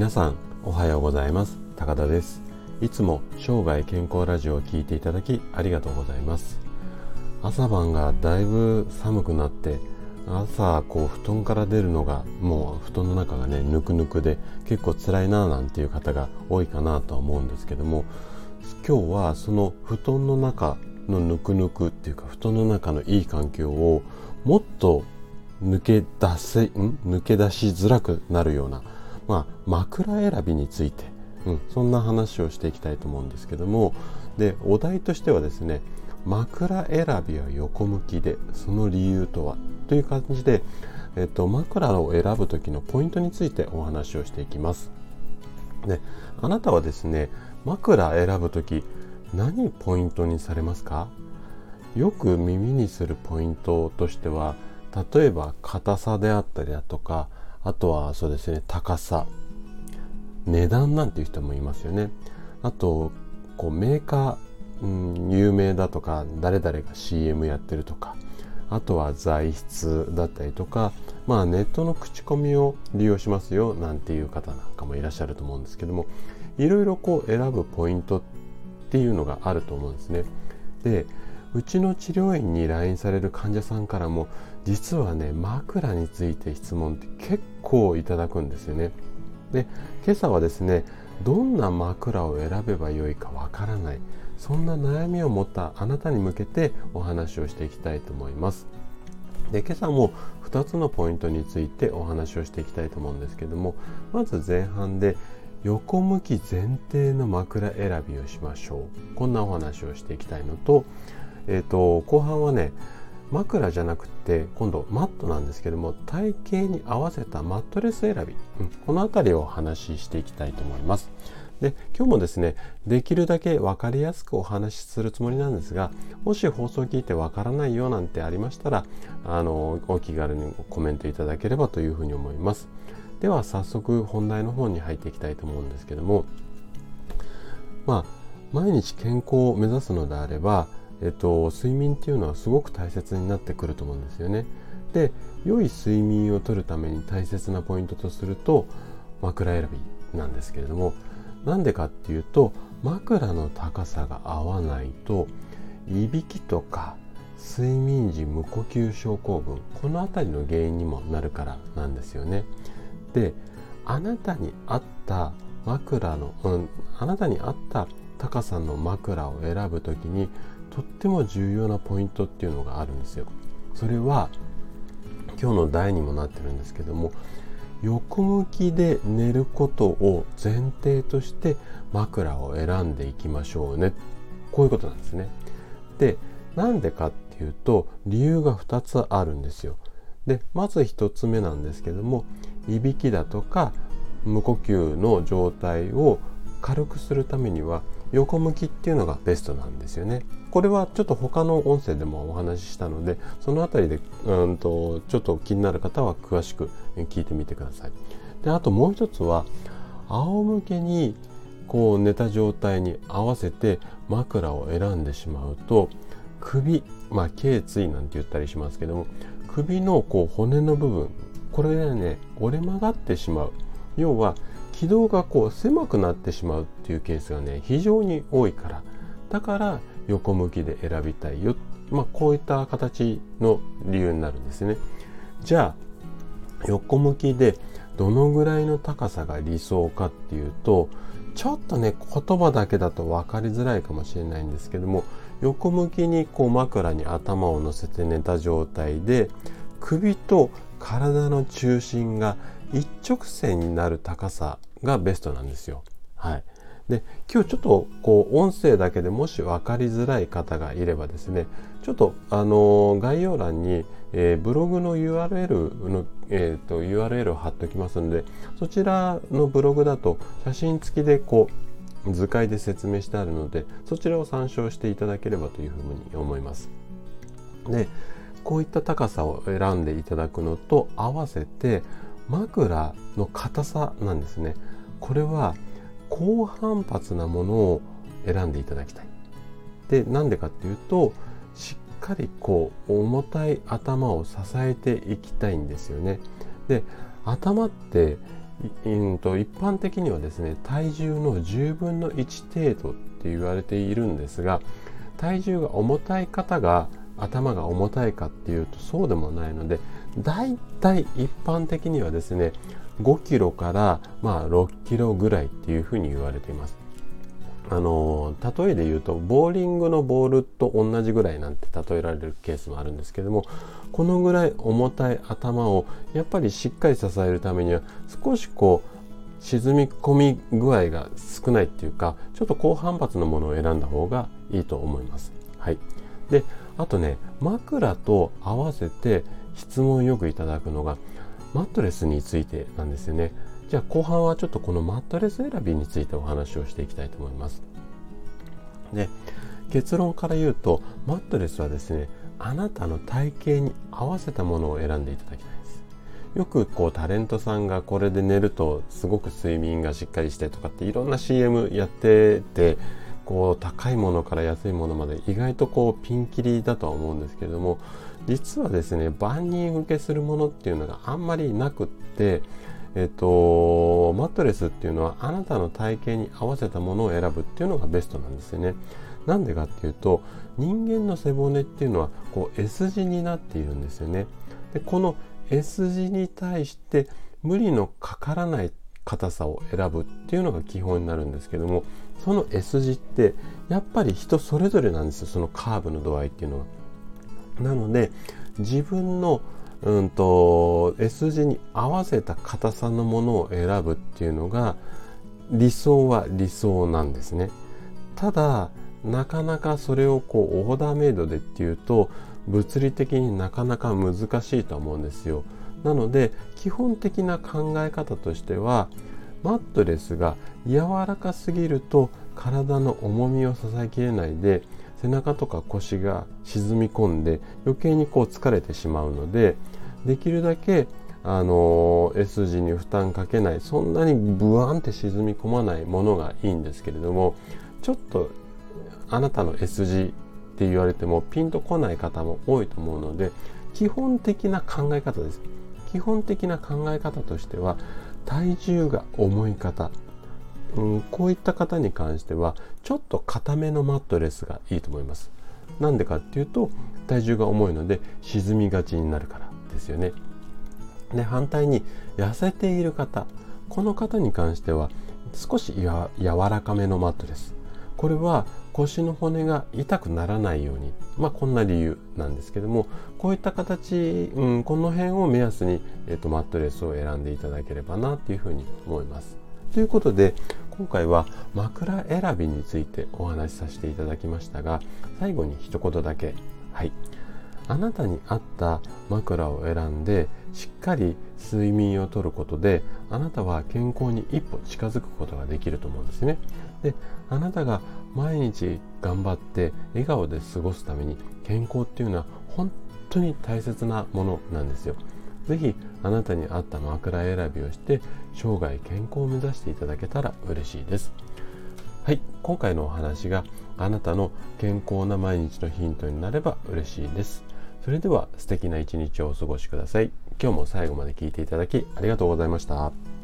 皆さんおはようございます。高田です。いつも生涯健康ラジオを聞いていただきありがとうございます。朝晩がだいぶ寒くなって、朝布団から出るのがもう布団の中がねぬくぬくで結構辛いななんていう方が多いかなとは思うんですけども、今日はその布団の中のぬくぬくっていうか布団の中のいい環境をもっと抜け出しづらくなるような、枕選びについて、そんな話をしていきたいと思うんですけども、でお題としてはですね、枕選びは横向きでその理由とはという感じで、枕を選ぶ時のポイントについてお話をしていきます。で、あなたはですね、枕選ぶ時何ポイントにされますか？よく耳にするポイントとしては、例えば硬さであったりだとか、あとはそうですね、高さ、値段なんていう人もいますよね。あとメーカー、有名だとか、誰々が CM やってるとか、あとは材質だったりとか、ネットの口コミを利用しますよなんていう方なんかもいらっしゃると思うんですけども、いろいろ選ぶポイントっていうのがあると思うんですね。で、うちの治療院に来院される患者さんからも実はね、枕について質問って結構いただくんですよね。で、今朝はですね、どんな枕を選べばよいかわからない、そんな悩みを持ったあなたに向けてお話をしていきたいと思います。で、今朝も2つのポイントについてお話をしていきたいと思うんですけども、まず前半で横向き前提の枕選びをしましょう、こんなお話をしていきたいのと、後半はね、枕じゃなくて今度マットなんですけども、体型に合わせたマットレス選び、このあたりをお話ししていきたいと思います。で、今日もですね、できるだけ分かりやすくお話しするつもりなんですが、もし放送を聞いて分からないよなんてありましたら、お気軽にコメントいただければというふうに思います。では早速本題の方に入っていきたいと思うんですけども、毎日健康を目指すのであれば、睡眠っていうのはすごく大切になってくると思うんですよね。で、良い睡眠をとるために大切なポイントとすると枕選びなんですけれども、なんでかっていうと、枕の高さが合わないといびきとか睡眠時無呼吸症候群、このあたりの原因にもなるからなんですよね。で、あなたに合った高さの枕を選ぶときにとっても重要なポイントっていうのがあるんですよ。それは今日の題にもなってるんですけども、横向きで寝ることを前提として枕を選んでいきましょうね、こういうことなんですね。で、なんでかっていうと理由が2つあるんですよ。で、まず1つ目なんですけども、いびきだとか無呼吸の状態を軽くするためには横向きっていうのがベストなんですよね。これはちょっと他の音声でもお話ししたので、そのあたりでちょっと気になる方は詳しく聞いてみてください。で、あともう一つは、仰向けに寝た状態に合わせて枕を選んでしまうと、首、頸椎なんて言ったりしますけども、首の骨の部分、これがね折れ曲がってしまう、要は軌道が狭くなってしまうっていうケースがね非常に多いから、だから横向きで選びたいよ、こういった形の理由になるんですね。じゃあ横向きでどのぐらいの高さが理想かっていうと、ちょっとね言葉だけだと分かりづらいかもしれないんですけども、横向きに枕に頭を乗せて寝た状態で首と体の中心が一直線になる高さがベストなんですよ。はい。で、今日ちょっと音声だけでもし分かりづらい方がいればですね、ちょっと概要欄に、ブログの URL を貼っておきますので、そちらのブログだと写真付きで図解で説明してあるので、そちらを参照していただければというふうに思います。で、こういった高さを選んでいただくのと合わせて枕の硬さなんですね。これは高反発なものを選んでいただきたい。で、なんでかっていうと、しっかり重たい頭を支えていきたいんですよね。で、頭って一般的にはですね、体重の10分の1程度って言われているんですが、体重が重たい方が頭が重たいかっていうとそうでもないので、だいたい一般的にはですね、5キロから6キロぐらいっていうふうに言われています。例えで言うとボーリングのボールと同じぐらいなんて例えられるケースもあるんですけども、このぐらい重たい頭をやっぱりしっかり支えるためには少し沈み込み具合が少ないっていうか、ちょっと高反発のものを選んだ方がいいと思います。はい。で、あとね、枕と合わせて質問をよくいただくのがマットレスについてなんですよね。じゃあ後半はちょっとこのマットレス選びについてお話をしていきたいと思います。で、結論から言うと、マットレスはですね、あなたの体型に合わせたものを選んでいただきたいです。よくタレントさんがこれで寝るとすごく睡眠がしっかりしてとかっていろんな CM やってて、高いものから安いものまで意外とピンキリだとは思うんですけれども、実はですね、万人受けするものっていうのがあんまりなくって、マットレスっていうのはあなたの体型に合わせたものを選ぶっていうのがベストなんですよね。なんでかっていうと、人間の背骨っていうのはS 字になっているんですよね。で、この S 字に対して無理のかからない硬さを選ぶっていうのが基本になるんですけども、その S 字ってやっぱり人それぞれなんですよ、そのカーブの度合いっていうのは。なので自分のS 字に合わせた硬さのものを選ぶっていうのが理想は理想なんですね。ただなかなかそれをオーダーメイドでっていうと物理的になかなか難しいと思うんですよ。なので基本的な考え方としては、マットレスが柔らかすぎると体の重みを支えきれないで背中とか腰が沈み込んで余計に疲れてしまうので、できるだけS 字に負担かけない、そんなにブワーンって沈み込まないものがいいんですけれども、ちょっとあなたの S 字って言われてもピンとこない方も多いと思うので、基本的な考え方です。基本的な考え方としては、体重が重い方、こういった方に関してはちょっと硬めのマットレスがいいと思います。なんでかっていうと、体重が重いので沈みがちになるからですよね。で、反対に痩せている方、この方に関しては少し柔らかめのマットレス、これは腰の骨が痛くならないように、こんな理由なんですけども、こういった形、この辺を目安に、マットレスを選んでいただければなというふうに思います。ということで、今回は枕選びについてお話しさせていただきましたが、最後に一言だけ、あなたに合った枕を選んでしっかり睡眠をとることで、あなたは健康に一歩近づくことができると思うんですね。で、あなたが毎日頑張って笑顔で過ごすために、健康っていうのは本当に大切なものなんですよ。ぜひあなたに合った枕選びをして生涯健康を目指していただけたら嬉しいです。はい、今回のお話があなたの健康な毎日のヒントになれば嬉しいです。それでは素敵な一日をお過ごしください。今日も最後まで聞いていただきありがとうございました。